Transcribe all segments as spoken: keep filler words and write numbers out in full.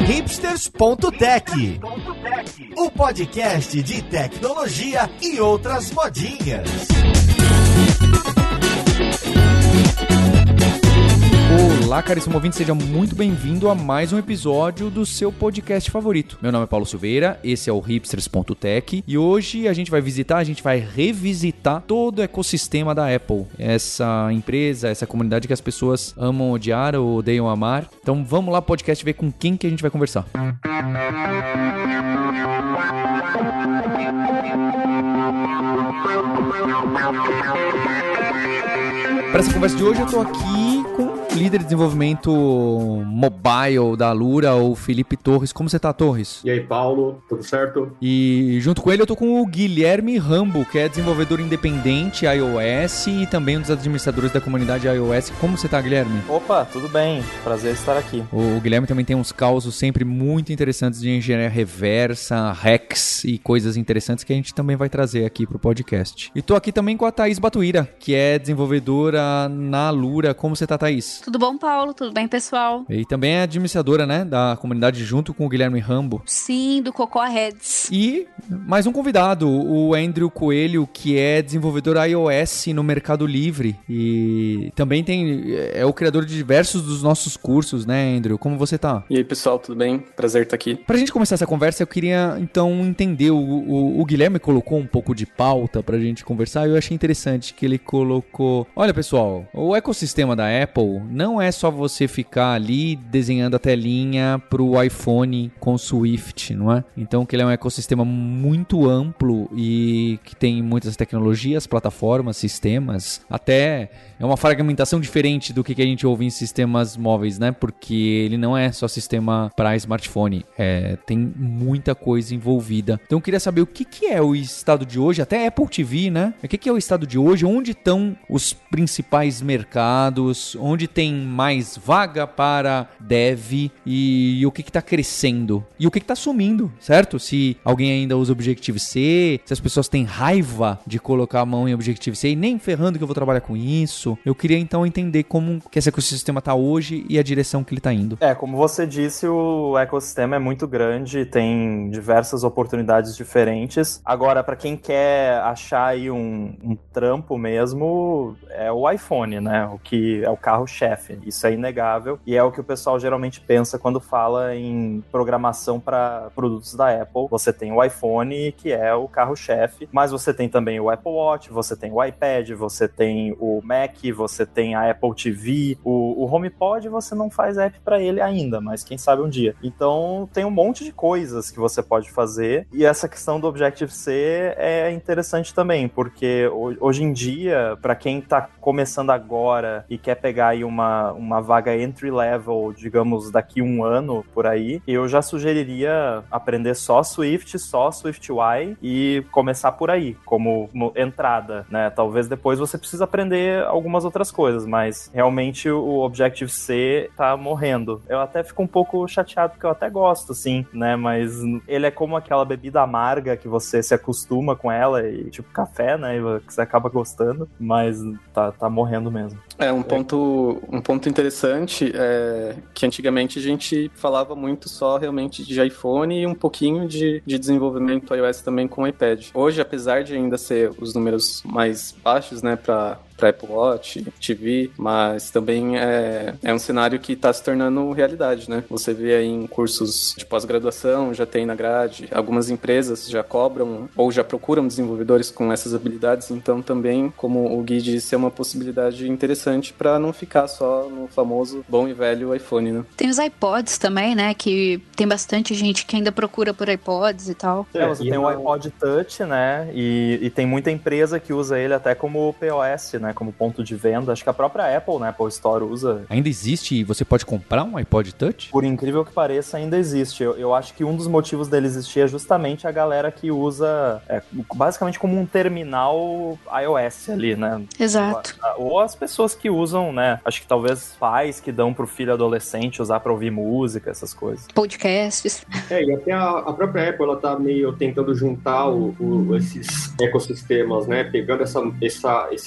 hipsters ponto tech, o podcast de tecnologia e outras modinhas. Olá, caríssimo ouvinte, seja muito bem-vindo a mais um episódio do seu podcast favorito. Meu nome é Paulo Silveira, esse é o hipsters ponto tech e hoje a gente vai visitar, a gente vai revisitar todo o ecossistema da Apple. Essa empresa, essa comunidade que as pessoas amam odiar ou odeiam amar. Então vamos lá, podcast, ver com quem que a gente vai conversar. Para essa conversa de hoje eu tô aqui com o líder de desenvolvimento mobile da Alura, o Felipe Torres. Como você tá, Torres? E aí, Paulo, tudo certo? E junto com ele eu tô com o Guilherme Rambo, que é desenvolvedor independente iOS e também um dos administradores da comunidade iOS. Como você tá, Guilherme? Opa, tudo bem. Prazer estar aqui. O Guilherme também tem uns causos sempre muito interessantes de engenharia reversa, hacks e coisas interessantes que a gente também vai trazer aqui pro podcast. E tô aqui também com a Thaís Batuíra, que é desenvolvedora na Alura. Como você tá, Thaís? Tudo bom, Paulo? Tudo bem, pessoal? E também é administradora, né, da comunidade junto com o Guilherme Rambo. Sim, do Cocoa Heads. E mais um convidado, o Andrew Coelho, que é desenvolvedor iOS no Mercado Livre e também tem, é o criador de diversos dos nossos cursos, né, Andrew? Como você tá? E aí, pessoal, tudo bem? Prazer estar aqui. Pra gente começar essa conversa, eu queria, então, entender, o, o, o Guilherme colocou um pouco de pauta pra gente conversar e eu achei interessante que ele colocou, olha, pessoal, o ecossistema da Apple não é só você ficar ali desenhando a telinha pro iPhone com Swift, não é? Então que ele é um ecossistema muito amplo e que tem muitas tecnologias, plataformas, sistemas, até é uma fragmentação diferente do que a gente ouve em sistemas móveis, né? Porque ele não é só sistema para smartphone, é, tem muita coisa envolvida. Então eu queria saber o que, que é o estado de hoje, até Apple T V, né? O que, que é o estado de hoje, onde estão os principais mercados, onde tem mais vaga para dev e, e o que está crescendo e o que está sumindo, certo? Se alguém ainda usa Objective-C, se as pessoas têm raiva de colocar a mão em Objective-C e nem ferrando que eu vou trabalhar com isso. Eu queria então entender como que esse ecossistema está hoje e a direção que ele está indo. É, como você disse, o ecossistema é muito grande, tem diversas oportunidades diferentes. Agora, para quem quer achar aí um, um trampo mesmo, é o iPhone, né? O que é o carro-chefe. Isso é inegável e é o que o pessoal geralmente pensa quando fala em programação para produtos da Apple. Você tem o iPhone, que é o carro-chefe, mas você tem também o Apple Watch, você tem o iPad, você tem o Mac, você tem a Apple T V, o, o HomePod você não faz app para ele ainda, mas quem sabe um dia. Então tem um monte de coisas que você pode fazer e essa questão do Objective-C é interessante também, porque hoje em dia, para quem tá começando agora e quer pegar aí uma, uma vaga entry level, digamos, daqui um ano, por aí, eu já sugeriria aprender só Swift, só SwiftUI e começar por aí, como entrada, né? Talvez depois você precise aprender algumas outras coisas, mas realmente o Objective-C tá morrendo. Eu até fico um pouco chateado, porque eu até gosto, assim, né? Mas ele é como aquela bebida amarga que você se acostuma com ela, e tipo café, né? Que você acaba gostando, mas tá, tá morrendo mesmo. É, um ponto, um ponto interessante é que antigamente a gente falava muito só realmente de iPhone e um pouquinho de, de desenvolvimento iOS também com iPad. Hoje, apesar de ainda ser os números mais baixos, né, para para Apple Watch, T V, mas também é, é um cenário que está se tornando realidade, né? Você vê aí em cursos de pós-graduação, já tem na grade, algumas empresas já cobram ou já procuram desenvolvedores com essas habilidades, então também, como o Gui disse, é uma possibilidade interessante para não ficar só no famoso bom e velho iPhone, né? Tem os iPods também, né? Que tem bastante gente que ainda procura por iPods e tal. É, você tem o iPod Touch, né? E, e tem muita empresa que usa ele até como P O S, né? Como ponto de venda. Acho que a própria Apple, né? Apple Store usa. Ainda existe e você pode comprar um iPod Touch? Por incrível que pareça, ainda existe. Eu, eu acho que um dos motivos dele existir é justamente a galera que usa é, basicamente como um terminal iOS ali, né? Exato. Ou as pessoas que usam, né? Acho que talvez pais que dão pro filho adolescente usar pra ouvir música, essas coisas. Podcasts. É, e até a, a própria Apple, ela tá meio tentando juntar o, o, esses ecossistemas, né? Pegando essa, essa, esse, essa galera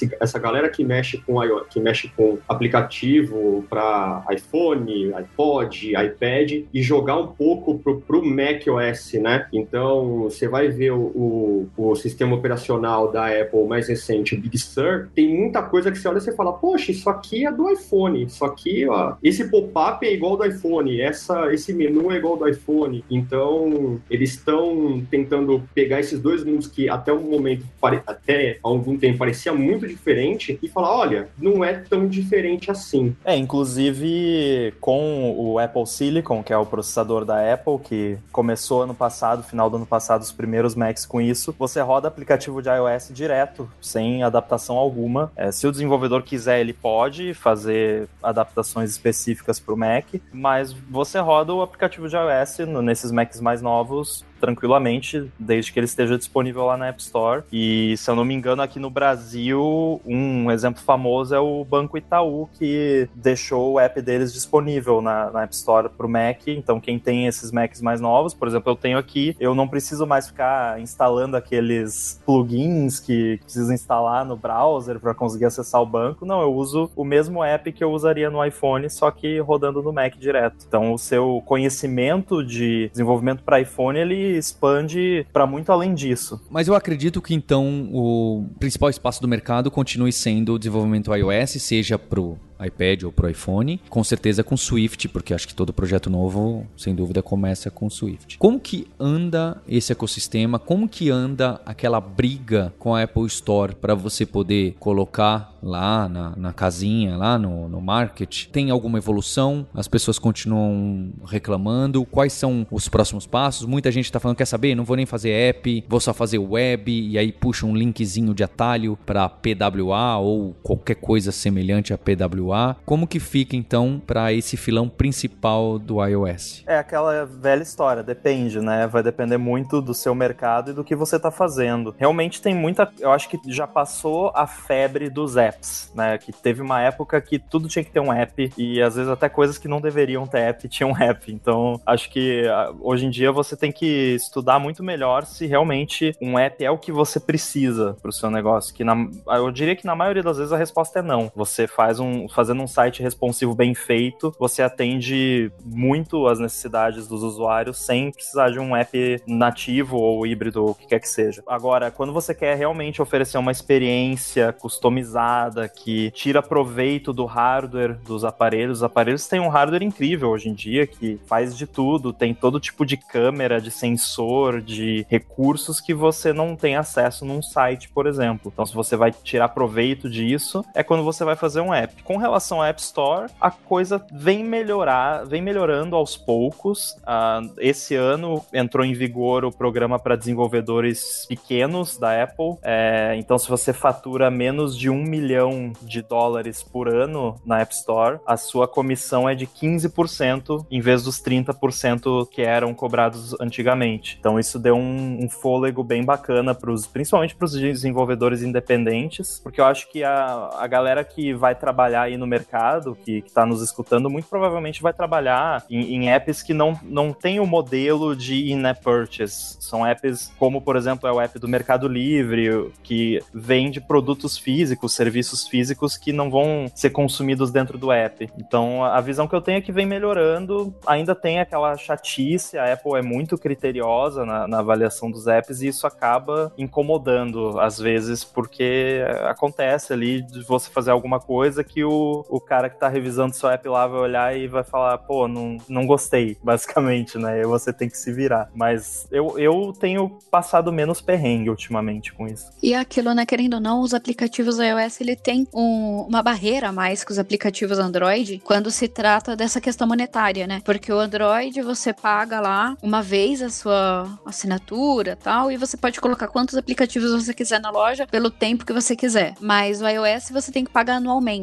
galera que mexe com iOS, que mexe com aplicativo para iPhone, iPod, iPad e jogar um pouco pro, pro macOS, né? Então, você vai ver o, o, o sistema operacional da Apple mais recente, o Big Sur, tem muita coisa que você olha e você fala, poxa, isso aqui é do iPhone, isso aqui, ó, esse pop-up é igual ao do iPhone, essa, esse menu é igual ao do iPhone. Então, eles estão tentando pegar esses dois mundos que até o momento, até há algum tempo, parecia muito diferente e falar, olha, não é tão diferente assim. É, inclusive com o Apple Silicon, que é o processador da Apple, que começou ano passado, final do ano passado, os primeiros Macs com isso, você roda aplicativo de iOS direto, sem adaptação alguma. É, se o desenvolvedor quiser, ele pode fazer adaptações específicas para o Mac, mas você roda o aplicativo de iOS no, nesses Macs mais novos tranquilamente, desde que ele esteja disponível lá na App Store. E, se eu não me engano, aqui no Brasil, um exemplo famoso é o Banco Itaú, que deixou o app deles disponível na, na App Store pro Mac. Então, quem tem esses Macs mais novos, por exemplo, eu tenho aqui, eu não preciso mais ficar instalando aqueles plugins que preciso instalar no browser para conseguir acessar o banco. Não, eu uso o mesmo app que eu usaria no iPhone, só que rodando no Mac direto. Então, o seu conhecimento de desenvolvimento para iPhone, ele expande para muito além disso. Mas eu acredito que então o principal espaço do mercado continue sendo o desenvolvimento iOS, seja pro iPad ou pro iPhone, com certeza com Swift, porque acho que todo projeto novo, sem dúvida, começa com Swift. Como que anda esse ecossistema? Como que anda aquela briga com a Apple Store para você poder colocar lá na, na casinha, lá no, no market? Tem alguma evolução? As pessoas continuam reclamando? Quais são os próximos passos? Muita gente está falando, quer saber? Não vou nem fazer app, vou só fazer web, e aí puxa um linkzinho de atalho para P W A ou qualquer coisa semelhante a P W A. Como que fica então para esse filão principal do iOS? É aquela velha história, depende, né? Vai depender muito do seu mercado e do que você tá fazendo. Realmente tem muita... Eu acho que já passou a febre dos apps, né? Que teve uma época que tudo tinha que ter um app e às vezes até coisas que não deveriam ter app tinham um app. Então, acho que hoje em dia você tem que estudar muito melhor se realmente um app é o que você precisa pro seu negócio. Que na... Eu diria que na maioria das vezes a resposta é não. Você faz um... fazendo um site responsivo bem feito, você atende muito as necessidades dos usuários sem precisar de um app nativo ou híbrido, ou o que quer que seja. Agora, quando você quer realmente oferecer uma experiência customizada, que tira proveito do hardware dos aparelhos, os aparelhos têm um hardware incrível hoje em dia, que faz de tudo, tem todo tipo de câmera, de sensor, de recursos que você não tem acesso num site, por exemplo. Então, se você vai tirar proveito disso, é quando você vai fazer um app. Com relação à App Store, a coisa vem melhorar, vem melhorando aos poucos. Uh, esse ano entrou em vigor o programa para desenvolvedores pequenos da Apple. É, então, se você fatura menos de um milhão de dólares por ano na App Store, a sua comissão é de quinze por cento em vez dos trinta por cento que eram cobrados antigamente. Então, isso deu um, um fôlego bem bacana, pros, principalmente para os desenvolvedores independentes, porque eu acho que a, a galera que vai trabalhar aí no mercado, que está nos escutando, muito provavelmente vai trabalhar em, em apps que não, não tem o modelo de in-app purchase. São apps como, por exemplo, é o app do Mercado Livre, que vende produtos físicos, serviços físicos que não vão ser consumidos dentro do app. Então, a visão que eu tenho é que vem melhorando, ainda tem aquela chatice, a Apple é muito criteriosa na, na avaliação dos apps e isso acaba incomodando, às vezes, porque acontece ali de você fazer alguma coisa que o, o cara que tá revisando seu app lá vai olhar e vai falar, pô, não, não gostei, basicamente, né? E você tem que se virar. Mas eu, eu tenho passado menos perrengue ultimamente com isso. E aquilo, né, querendo ou não, os aplicativos iOS, ele tem um, uma barreira a mais que os aplicativos Android quando se trata dessa questão monetária, né? Porque o Android, você paga lá uma vez a sua assinatura e tal, e você pode colocar quantos aplicativos você quiser na loja pelo tempo que você quiser. Mas o iOS você tem que pagar anualmente, né?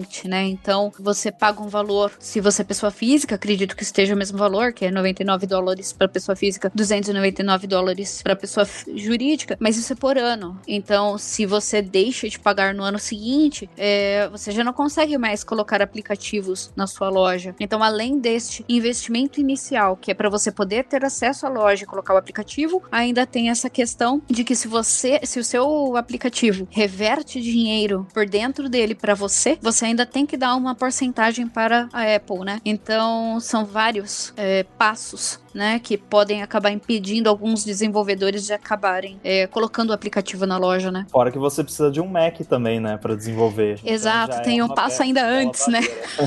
Então, você paga um valor, se você é pessoa física, acredito que esteja o mesmo valor, que é noventa e nove dólares para pessoa física, duzentos e noventa e nove dólares para pessoa jurídica, mas isso é por ano. Então, se você deixa de pagar no ano seguinte, é, você já não consegue mais colocar aplicativos na sua loja. Então, além deste investimento inicial, que é para você poder ter acesso à loja e colocar o aplicativo, ainda tem essa questão de que se você, se o seu aplicativo reverte dinheiro por dentro dele para você, você ainda tem que dar uma porcentagem para a Apple, né? Então, são vários é, passos, né, que podem acabar impedindo alguns desenvolvedores de acabarem é, colocando o aplicativo na loja, né? Fora que você precisa de um Mac também, né, para desenvolver. Exato, então tem é um passo ainda antes, né?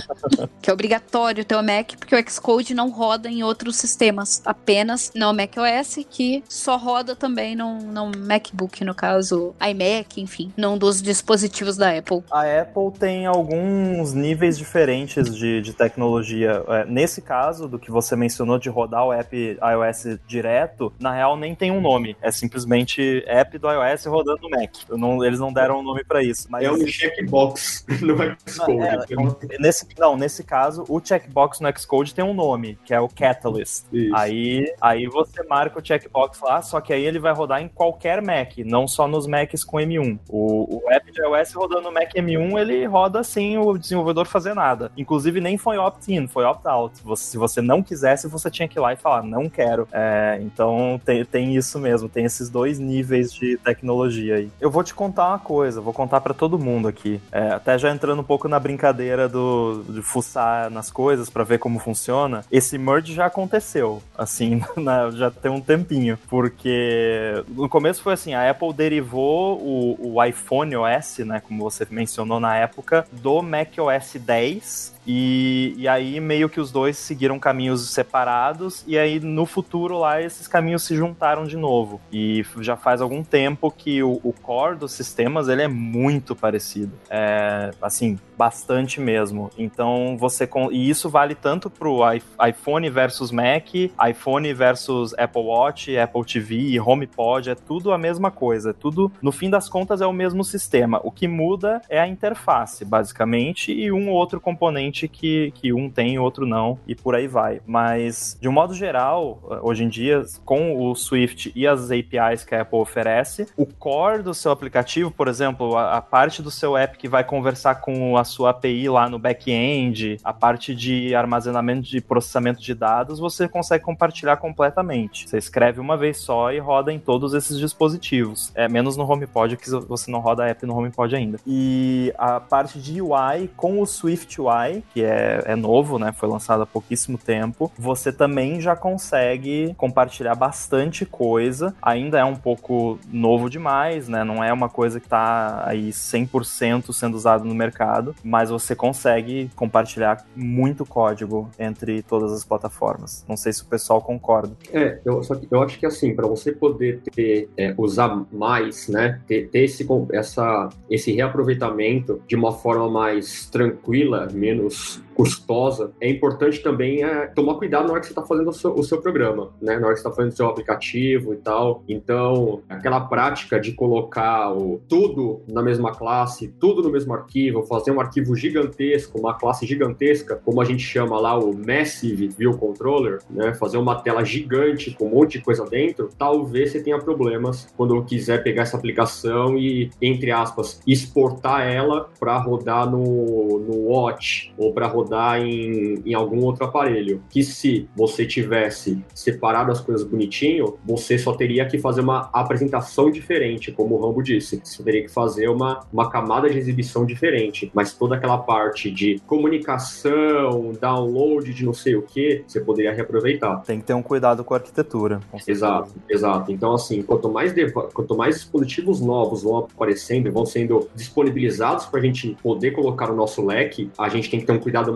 Que é obrigatório ter o Mac, porque o Xcode não roda em outros sistemas, apenas no macOS, que só roda também no, no MacBook, no caso, iMac, enfim, num dos dispositivos da Apple. A Apple tem alguns níveis diferentes de, de tecnologia. É, nesse caso, do que você mencionou de rodar o app iOS direto, na real nem tem um nome. É simplesmente app do iOS rodando no Mac. Não, eles não deram um nome pra isso. Mas... É um checkbox no Xcode. É, nesse, não, nesse caso, o checkbox no Xcode tem um nome, que é o Catalyst. Aí, aí você marca o checkbox lá, só que aí ele vai rodar em qualquer Mac, não só nos Macs com M um. O, o app de iOS rodando no Mac M um, ele roda sem o desenvolvedor fazer nada. Inclusive, nem foi opt-in, foi opt-out. Você, se você não quisesse, você tinha que ir lá e falar, não quero. É, então, tem, tem isso mesmo, tem esses dois níveis de tecnologia aí. Eu vou te contar uma coisa, vou contar pra todo mundo aqui. É, até já entrando um pouco na brincadeira do, de fuçar nas coisas pra ver como funciona. Esse merge já aconteceu, assim, na, já tem um tempinho, porque no começo foi assim, a Apple derivou o, o iPhone O S, né, como você mencionou na época, do macOS dez. E, e aí meio que os dois seguiram caminhos separados, e aí no futuro lá esses caminhos se juntaram de novo. E já faz algum tempo que o, o core dos sistemas ele é muito parecido. É, assim, bastante mesmo. Então você... E isso vale tanto pro iPhone versus Mac, iPhone versus Apple Watch, Apple T V, HomePod, é tudo a mesma coisa. É tudo, no fim das contas, é o mesmo sistema. O que muda é a interface, basicamente, e um ou outro componente Que, que um tem e o outro não, e por aí vai. Mas, de um modo geral, hoje em dia, com o Swift e as A P Is que a Apple oferece, o core do seu aplicativo, por exemplo, a, a parte do seu app que vai conversar com a sua A P I lá no back-end, a parte de armazenamento de processamento de dados, você consegue compartilhar completamente. Você escreve uma vez só e roda em todos esses dispositivos. É menos no HomePod, que você não roda a app no HomePod ainda. E a parte de U I, com o Swift U I, que é, é novo, né? Foi lançado há pouquíssimo tempo. Você também já consegue compartilhar bastante coisa. Ainda é um pouco novo demais, né? Não é uma coisa que tá aí cem por cento sendo usado no mercado, mas você consegue compartilhar muito código entre todas as plataformas. Não sei se o pessoal concorda. É, eu, só que eu acho que assim, para você poder ter, é, usar mais, né? Ter, ter esse, essa, esse reaproveitamento de uma forma mais tranquila, menos custosa, é importante também é, tomar cuidado na hora que você está fazendo o seu, o seu programa, né? Na hora que você está fazendo o seu aplicativo e tal. Então, aquela prática de colocar o, tudo na mesma classe, tudo no mesmo arquivo, fazer um arquivo gigantesco, uma classe gigantesca, como a gente chama lá o Massive View Controller, né? Fazer uma tela gigante com um monte de coisa dentro, talvez você tenha problemas quando quiser pegar essa aplicação e, entre aspas, exportar ela para rodar no, no Watch ou para rodar em, em algum outro aparelho. Que se você tivesse separado as coisas bonitinho, você só teria que fazer uma apresentação diferente, como o Rambo disse. Você teria que fazer uma, uma camada de exibição diferente. Mas toda aquela parte de comunicação, download de não sei o que, você poderia reaproveitar. Tem que ter um cuidado com a arquitetura. Com exato, exato. Então, assim, quanto mais, deva- quanto mais dispositivos novos vão aparecendo, vão sendo disponibilizados para a gente poder colocar no nosso leque, a gente tem que ter um cuidado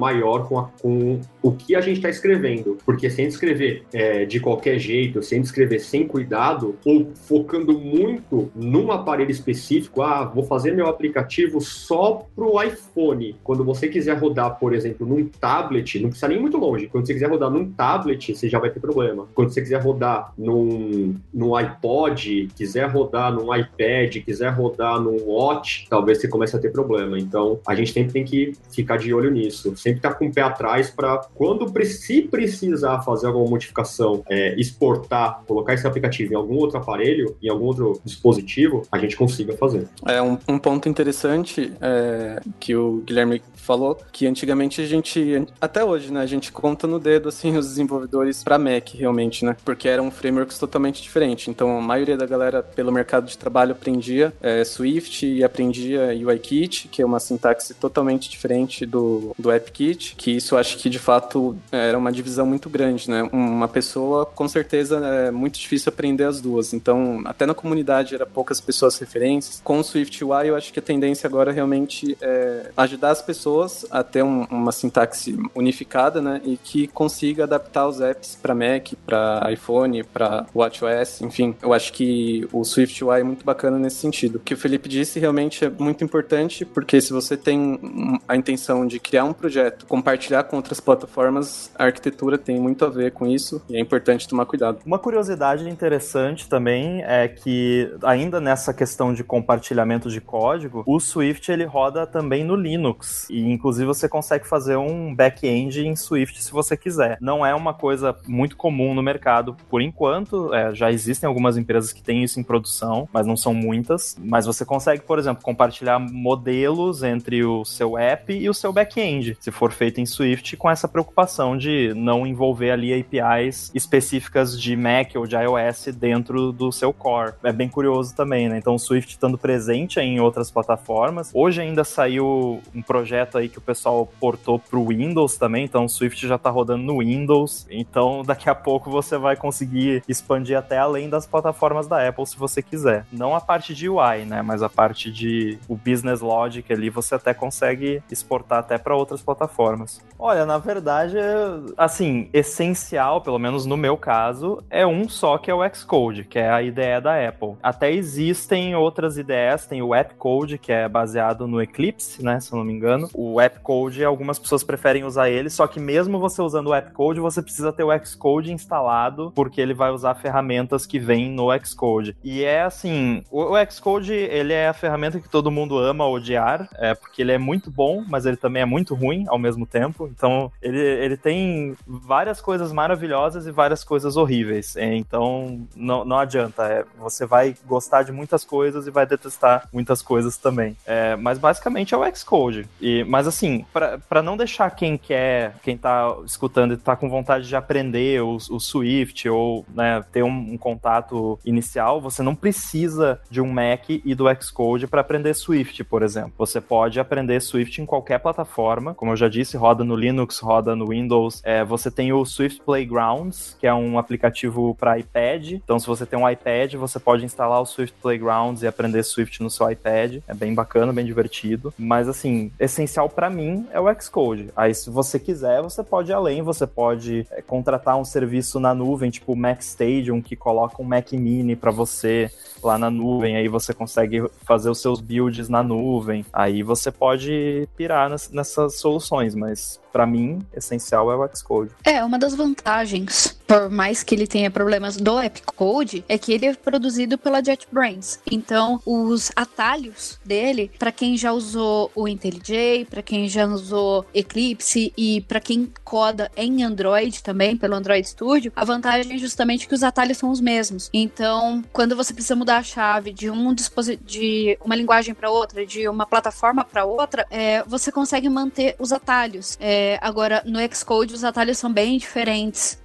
maior com, a, com o que a gente está escrevendo. Porque se a gente escrever é, de qualquer jeito, se a gente escrever sem cuidado, ou focando muito num aparelho específico, ah, vou fazer meu aplicativo só pro iPhone. Quando você quiser rodar, por exemplo, num tablet, não precisa nem muito longe. Quando você quiser rodar num tablet, você já vai ter problema. Quando você quiser rodar num, num iPod, quiser rodar num iPad, quiser rodar num Watch, talvez você comece a ter problema. Então, a gente sempre tem que ficar de olho nisso. Sempre estar com o pé atrás para, quando se precisar fazer alguma modificação, é, exportar, colocar esse aplicativo em algum outro aparelho, em algum outro dispositivo, a gente consiga fazer. É um, um ponto interessante é, que o Guilherme falou, que antigamente a gente, até hoje, né, a gente conta no dedo, assim, os desenvolvedores para Mac, realmente, né, porque eram frameworks totalmente diferentes. Então, a maioria da galera, pelo mercado de trabalho, aprendia é, Swift e aprendia U I Kit, que é uma sintaxe totalmente diferente do, do AppKit, que isso eu acho que, de fato, era uma divisão muito grande, né. Uma pessoa, com certeza, é muito difícil aprender as duas. Então, até na comunidade, era poucas pessoas referências. Com o Swift U I, eu acho que a tendência agora realmente é ajudar as pessoas a ter um, uma sintaxe unificada, né, e que consiga adaptar os apps para Mac, para iPhone, para WatchOS, enfim. Eu acho que o Swift U I é muito bacana nesse sentido. O que o Felipe disse realmente é muito importante, porque se você tem a intenção de criar um projeto, compartilhar com outras plataformas, a arquitetura tem muito a ver com isso e é importante tomar cuidado. Uma curiosidade interessante também é que, ainda nessa questão de compartilhamento de código, o Swift ele roda também no Linux. E, inclusive, você consegue fazer um back-end em Swift se você quiser. Não é uma coisa muito comum no mercado por enquanto. É, já existem algumas empresas que têm isso em produção, mas não são muitas. Mas você consegue, por exemplo, compartilhar modelos entre o seu app e o seu back-end, se for feito em Swift, com essa preocupação de não envolver ali A P Is específicas de Mac ou de iOS dentro do seu core. É bem curioso também, né? Então, o Swift estando presente em outras plataformas. Hoje ainda saiu um projeto aí que o pessoal portou pro Windows também, então o Swift já tá rodando no Windows, então daqui a pouco você vai conseguir expandir até além das plataformas da Apple se você quiser. Não a parte de U I, né, mas a parte de o business logic ali você até consegue exportar até para outras plataformas. Olha, na verdade, assim, essencial, pelo menos no meu caso, é um só, que é o Xcode, que é a I D E da Apple. Até existem outras I D Es, tem o AppCode, que é baseado no Eclipse, né, se eu não me engano. O AppCode, algumas pessoas preferem usar ele, só que mesmo você usando o AppCode, você precisa ter o Xcode instalado, porque ele vai usar ferramentas que vêm no Xcode. E é assim, o, o Xcode, ele é a ferramenta que todo mundo ama odiar, é, porque ele é muito bom, mas ele também é muito ruim ao mesmo tempo. Então, ele, ele tem várias coisas maravilhosas e várias coisas horríveis. É, então, não, não adianta. É, você vai gostar de muitas coisas e vai detestar muitas coisas também. É, mas, basicamente, é o Xcode. E, mas, assim, para não deixar quem quer, quem tá escutando e tá com vontade de aprender o, o Swift ou, né, ter um, um contato inicial, você não precisa de um Mac e do Xcode para aprender Swift, por exemplo. Você pode aprender Swift em qualquer plataforma. Como eu já disse, roda no Linux, roda no Windows. É, você tem o Swift Playgrounds, que é um aplicativo para iPad. Então, se você tem um iPad, você pode instalar o Swift Playgrounds e aprender Swift no seu iPad. É bem bacana, bem divertido. Mas, assim, essencial para mim é o Xcode. Aí, se você quiser, você pode ir além. Você pode é, contratar um serviço na nuvem, tipo o Mac Stadium, que coloca um Mac Mini para você lá na nuvem. Aí você consegue fazer os seus builds na nuvem. Aí você pode pirar nessas soluções, mas para mim, essencial é o Xcode. É, uma das vantagens, por mais que ele tenha problemas do AppCode, é que ele é produzido pela JetBrains. Então, os atalhos dele, para quem já usou o IntelliJ, para quem já usou Eclipse e para quem coda em Android também, pelo Android Studio, a vantagem é justamente que os atalhos são os mesmos. Então, quando você precisa mudar a chave de, um disposi- de uma linguagem para outra, de uma plataforma para outra, é, você consegue manter os atalhos. É, agora, no Xcode, os atalhos são bem diferentes. Não são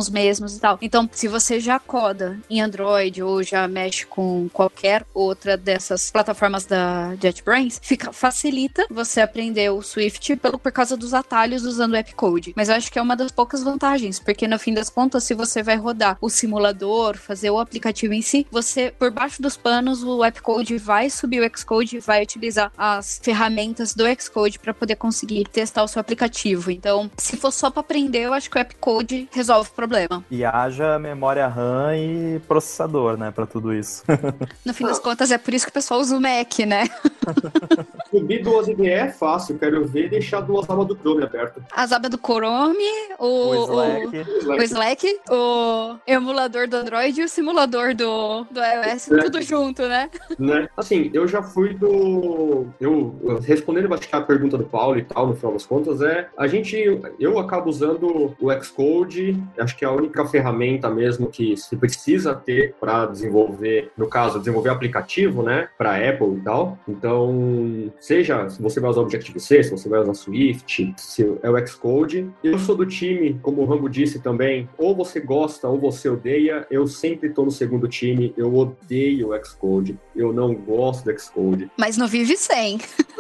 os mesmos e tal. Então, se você já coda em Android ou já mexe com qualquer outra dessas plataformas da JetBrains, fica, facilita você aprender o Swift pelo, por causa dos atalhos usando o Appcode. Mas eu acho que é uma das poucas vantagens, porque no fim das contas, se você vai rodar o simulador, fazer o aplicativo em si, você, por baixo dos panos, o Appcode vai subir o Xcode e vai utilizar as ferramentas do Xcode para poder conseguir testar o seu aplicativo. Então, se for só para aprender, eu acho que o Appcode resolve o problema. E haja memória RAM e processador, né, para tudo isso. No fim das contas, é por isso que o pessoal usa o Mac, né? Subir duas I D E é fácil, quero ver deixar duas abas do Chrome abertas. As abas do Chrome, o, O Slack. o, o Slack, o emulador do Android e o simulador do, do iOS, É. tudo junto, né? Né? Assim, eu já fui do... Eu, eu respondendo acho que a pergunta do Paulo e tal, no final das contas, é... A gente... Eu acabo usando o Xcode, acho que é a única ferramenta mesmo que se precisa ter para desenvolver, no caso, desenvolver aplicativo, né? Para Apple e tal. Então, seja se você vai usar Objective-C, se você vai usar Swift, se é o Xcode. Eu sou do time, como o Rango disse também, ou você gosta ou você odeia. Eu sempre tô no segundo time, eu odeio o Xcode. Eu não gosto do Xcode. Mas não vive sem.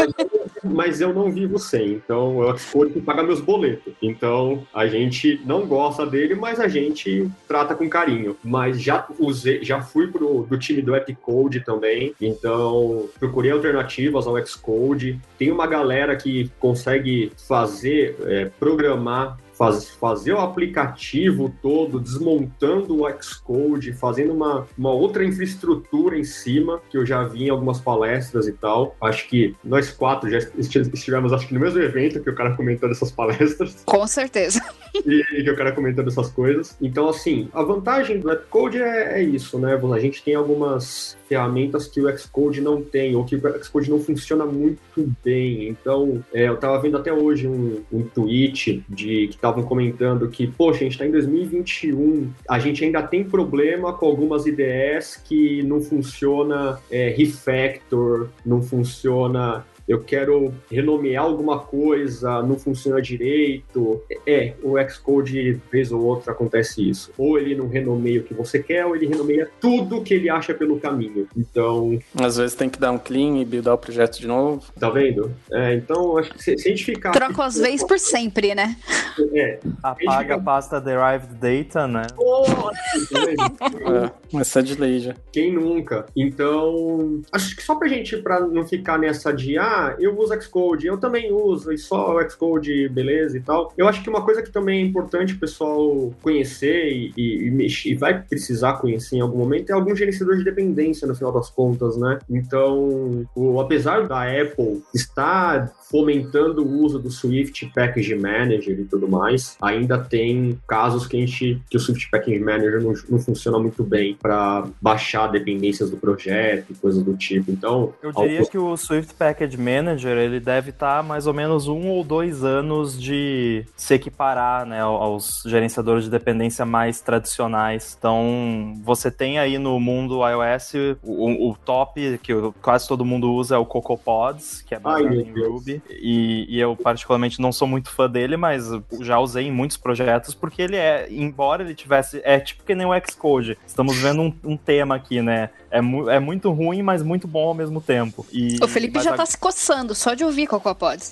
Mas eu não vivo sem, então é o Xcode que paga meus boletos. Então a gente não gosta dele, mas a gente trata com carinho. Mas já usei, já fui pro, do time do Appcode também, então procurei alternativas ao Xcode. Tem uma galera que consegue fazer, é, programar Faz, fazer o aplicativo todo, desmontando o Xcode, fazendo uma, uma outra infraestrutura em cima, que eu já vi em algumas palestras e tal. Acho que nós quatro já estivemos, acho que no mesmo evento que o cara comentando essas palestras. Com certeza. E, e que o cara comentando essas coisas. Então, assim, a vantagem do Appcode é, é isso, né? A gente tem algumas ferramentas que o Xcode não tem, ou que o Xcode não funciona muito bem. Então, é, eu tava vendo até hoje um, um tweet de que estavam comentando que, poxa, a gente está em dois mil e vinte e um, a gente ainda tem problema com algumas I D Es que não funciona é, refactor, não funciona... Eu quero renomear alguma coisa, não funciona direito. É, o Xcode, vez ou outra, acontece isso. Ou ele não renomeia o que você quer, ou ele renomeia tudo que ele acha pelo caminho. Então... Às vezes tem que dar um clean e buildar o projeto de novo. Tá vendo? É, então, acho que se, se a gente ficar... Troca as vezes por sempre, né? É. Apaga fica... a pasta derived data, né? Oh, tá vendo? É, essa é de lei já. Quem nunca? Então, acho que só pra gente, pra não ficar nessa de, ah, eu uso Xcode, eu também uso, e só o Xcode, beleza e tal. Eu acho que uma coisa que também é importante o pessoal conhecer e, e, e, mexer, e vai precisar conhecer em algum momento é algum gerenciador de dependência, no final das contas, né? Então, o, apesar da Apple estar fomentando o uso do Swift Package Manager e tudo mais, ainda tem casos que, a gente, que o Swift Package Manager não, não funciona muito bem para baixar dependências do projeto e coisas do tipo. Então, eu diria ao... que o Swift Package Manager ele deve estar mais ou menos um ou dois anos de se equiparar, né, aos gerenciadores de dependência mais tradicionais. Então, você tem aí no mundo iOS o, o top que quase todo mundo usa é o CocoaPods, que é baseado Ai, em Ruby. E, e eu particularmente não sou muito fã dele, mas já usei em muitos projetos, porque ele é, embora ele tivesse, é tipo que nem o Xcode, estamos vendo um, um tema aqui, né, é, mu, é muito ruim, mas muito bom ao mesmo tempo. E, o Felipe já a... tá se coçando, só de ouvir CocoaPods.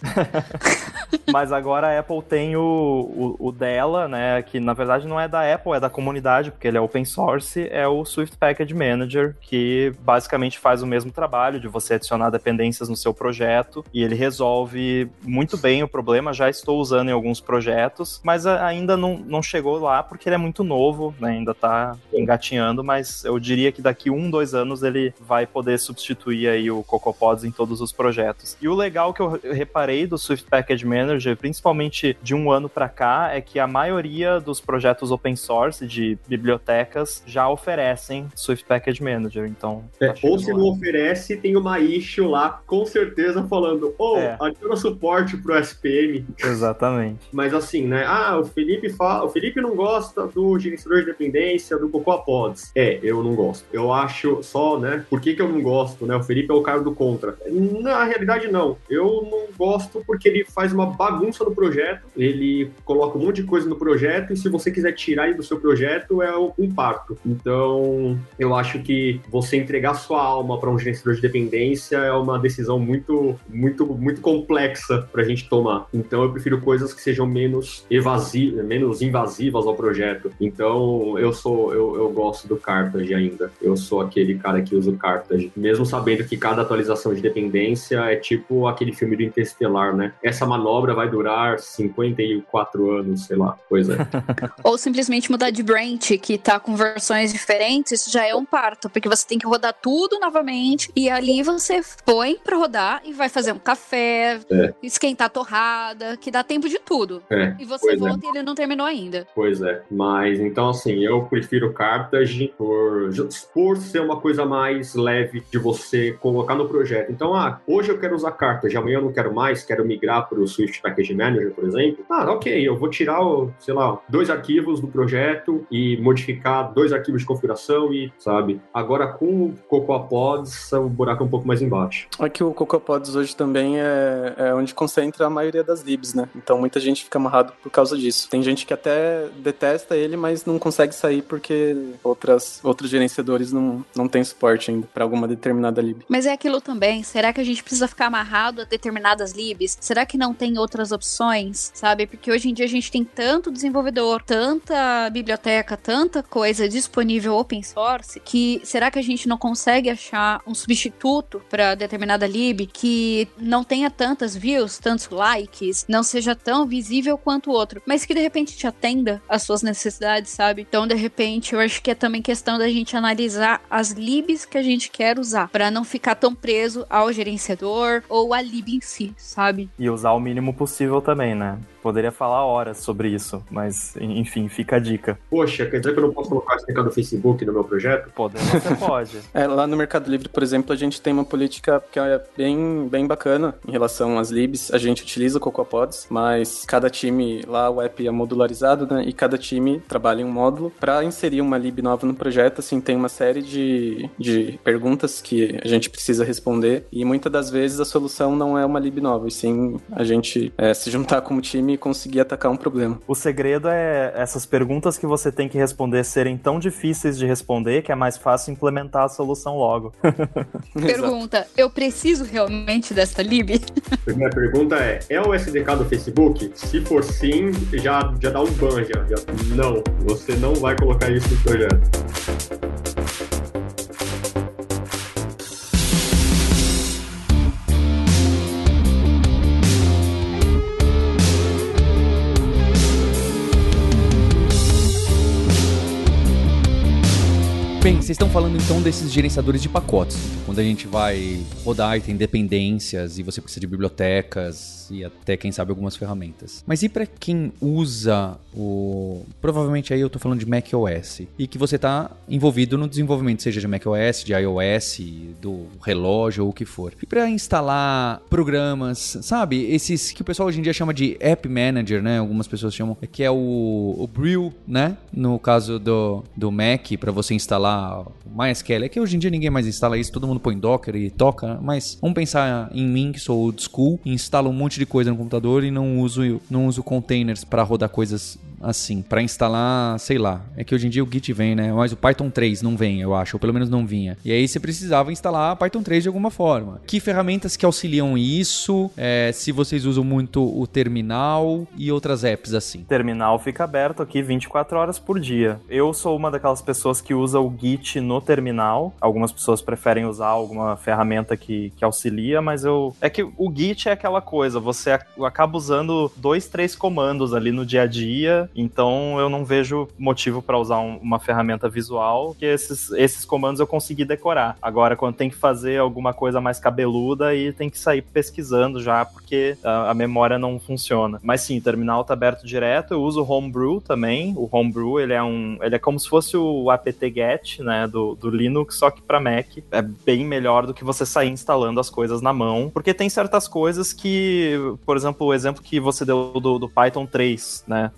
Mas agora a Apple tem o, o, o dela, né, que na verdade não é da Apple, é da comunidade, porque ele é open source, é o Swift Package Manager, que basicamente faz o mesmo trabalho de você adicionar dependências no seu projeto, e ele resolve muito bem o problema. Já estou usando em alguns projetos, mas ainda não, não chegou lá porque ele é muito novo, né? Ainda está engatinhando, mas eu diria que daqui um, dois anos ele vai poder substituir aí o CocoaPods em todos os projetos. E o legal que eu reparei do Swift Package Manager, principalmente de um ano para cá, é que a maioria dos projetos open source de bibliotecas já oferecem Swift Package Manager, então... É, tá ou se lá. não oferece, tem uma issue lá, com certeza, falando, oh, é. adiciona suporte pro S P M. Exatamente. Mas assim, né? Ah, o Felipe fala, o Felipe não gosta do gerenciador de dependência do CocoaPods. É, eu não gosto. Eu acho só, né? Por que que eu não gosto, né? O Felipe é o cara do contra. Na realidade, realidade não. Eu não gosto porque ele faz uma bagunça no projeto, ele coloca um monte de coisa no projeto e se você quiser tirar ele do seu projeto é um parto. Então, eu acho que você entregar sua alma para um gerenciador de dependência é uma decisão muito, muito, muito complexa pra gente tomar. Então, eu prefiro coisas que sejam menos evasivas, menos invasivas ao projeto. Então, eu sou, eu, eu gosto do Carthage ainda. Eu sou aquele cara que usa o Carthage, mesmo sabendo que cada atualização de dependência é tipo aquele filme do Interestelar, né? Essa manobra vai durar cinquenta e quatro anos, sei lá, pois é. Ou simplesmente mudar de branch, que tá com versões diferentes, já é um parto, porque você tem que rodar tudo novamente, e ali você põe pra rodar e vai fazer um café, é. esquentar a torrada, que dá tempo de tudo. É, e você volta é. e ele não terminou ainda. Pois é, mas então assim, eu prefiro Carthage por, por ser uma coisa mais leve de você colocar no projeto. Então, ah, hoje eu quero usar Carthage, amanhã eu não quero mais, quero migrar para o Swift Package Manager, por exemplo. Ah, ok, eu vou tirar, sei lá, dois arquivos do projeto e modificar dois arquivos de configuração e, sabe? Agora com o CocoaPods, o buraco é um pouco mais embaixo. Aqui o CocoaPods hoje também é, é onde concentra a maioria das libs, né? Então muita gente fica amarrado por causa disso. Tem gente que até detesta ele, mas não consegue sair porque outras, outros gerenciadores não, não têm suporte ainda para alguma determinada lib. Mas é aquilo também, será que a gente precisa ficar amarrado a determinadas libs? Será que não tem outras opções, sabe? Porque hoje em dia a gente tem tanto desenvolvedor, tanta biblioteca, tanta coisa disponível open source, que será que a gente não consegue achar um substituto para determinada lib que não tenha tantas views, tantos likes, não seja tão visível quanto o outro, mas que de repente te atenda às suas necessidades, sabe? Então, de repente, eu acho que é também questão da gente analisar as libs que a gente quer usar, para não ficar tão preso ao gerenciador ou à lib em si, sabe? E usar o mínimo possível também, né? Poderia falar horas sobre isso, mas, enfim, fica a dica. Poxa, quer dizer que eu não posso colocar esse recado do Facebook no meu projeto? Poder, você pode. É, lá no Mercado Livre, por exemplo, a gente tem uma política que é bem, bem bacana em relação às libs. A gente utiliza o CocoaPods, mas cada time, lá o app é modularizado, né? E cada time trabalha em um módulo. Para inserir uma lib nova no projeto, assim, tem uma série de, de perguntas que a gente precisa responder. E muitas das vezes a solução não é uma lib nova, e sim a gente é, se juntar como time e conseguir atacar um problema. O segredo é essas perguntas que você tem que responder serem tão difíceis de responder que é mais fácil implementar a solução logo. Pergunta, eu preciso realmente desta lib? A primeira pergunta é, é o S D K do Facebook? Se for sim, já, já dá um ban, já, já. Não, você não vai colocar isso no projeto. Bem, vocês estão falando então desses gerenciadores de pacotes. Quando a gente vai rodar e tem dependências e você precisa de bibliotecas e até, quem sabe, algumas ferramentas. Mas e para quem usa o... Provavelmente aí eu tô falando de macOS e que você tá envolvido no desenvolvimento, seja de macOS, de iOS, do relógio ou o que for. E para instalar programas, sabe? Esses que o pessoal hoje em dia chama de App Manager, né? Algumas pessoas chamam, que é o, o Brew, né? No caso do, do Mac, para você instalar o MySQL. É que hoje em dia ninguém mais instala isso, todo mundo põe Docker e toca, mas vamos pensar em mim, que sou old school, e instalo um monte de coisa no computador e não uso, não uso containers para rodar coisas assim, para instalar, sei lá. É que hoje em dia o Git vem, né? Mas o Python três não vem, eu acho, ou pelo menos não vinha. E aí você precisava instalar Python três de alguma forma. Que ferramentas que auxiliam isso? É, se vocês usam muito o terminal e outras apps assim. Terminal fica aberto aqui vinte e quatro horas por dia. Eu sou uma daquelas pessoas que usa o Git no terminal. Algumas pessoas preferem usar alguma ferramenta que, que auxilia, mas eu... É que o Git é aquela coisa, você acaba usando dois, três comandos ali no dia a dia, então eu não vejo motivo para usar um, uma ferramenta visual, porque esses, esses comandos eu consegui decorar. Agora, quando tem que fazer alguma coisa mais cabeluda, aí tem que sair pesquisando já, porque a, a memória não funciona. Mas sim, o terminal tá aberto direto. Eu uso o Homebrew também. O Homebrew, ele é um, ele é como se fosse o apt-get, né, do, do Linux, só que para Mac. É bem melhor do que você sair instalando as coisas na mão, porque tem certas coisas que, por exemplo, o exemplo que você deu do, do Python três, né,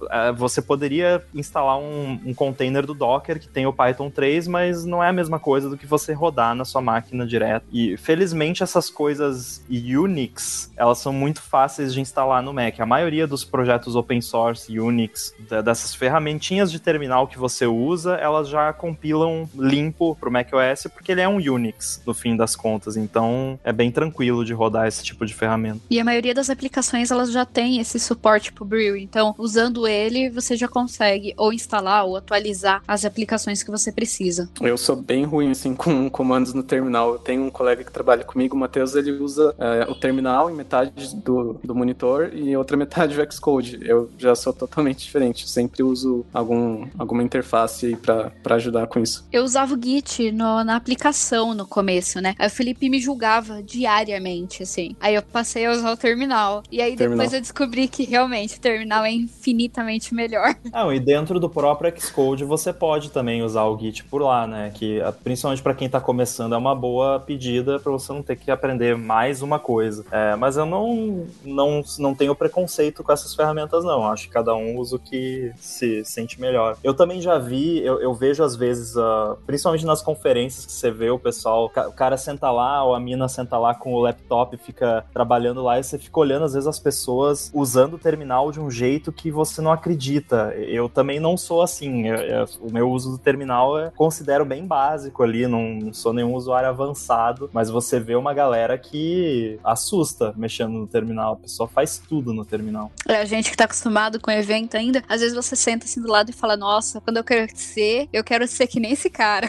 você poderia instalar um, um container do Docker que tem o Python três, mas não é a mesma coisa do que você rodar na sua máquina direto. E felizmente essas coisas Unix, elas são muito fáceis de instalar no Mac. A maioria dos projetos open source Unix, dessas ferramentinhas de terminal que você usa, elas já compilam limpo pro macOS, porque ele é um Unix, no fim das contas. Então, é bem tranquilo de rodar esse tipo de ferramenta. E a maioria das aplicações, elas já tem esse suporte pro Brew. Então, usando ele, você já consegue ou instalar ou atualizar as aplicações que você precisa. Eu sou bem ruim, assim, com comandos no terminal. Eu tenho um colega que trabalha comigo, o Matheus, ele usa é, o terminal em metade do, do monitor e outra metade o Xcode. Eu já sou totalmente diferente. Eu sempre uso algum, alguma interface aí pra, pra ajudar com isso. Eu usava o Git no, na aplicação no começo, né? Aí o Felipe me julgava diariamente, assim. Aí eu passei a usar o terminal. E aí Terminal. depois eu descobri que realmente o terminal é infinitamente melhor. Ah, e dentro do próprio Xcode você pode também usar o Git por lá, né? Que principalmente para quem tá começando é uma boa pedida para você não ter que aprender mais uma coisa. É, mas eu não, não, não tenho preconceito com essas ferramentas, não. Acho que cada um usa o que se sente melhor. Eu também já vi, eu, eu vejo às vezes, uh, principalmente nas conferências que você vê o pessoal, o cara senta lá ou a mina senta lá com o laptop e fica trabalhando lá e você fica olhando às vezes as pessoas usando o terminal de um jeito que você não acredita. Eu também não sou assim. Eu, eu, o meu uso do terminal eu considero bem básico ali, não, não sou nenhum usuário avançado, mas você vê uma galera que assusta mexendo no terminal. A pessoa faz tudo no terminal. É, a gente que tá acostumado com evento ainda, às vezes você senta assim do lado e fala, nossa, quando eu crescer, eu quero ser que nem esse cara.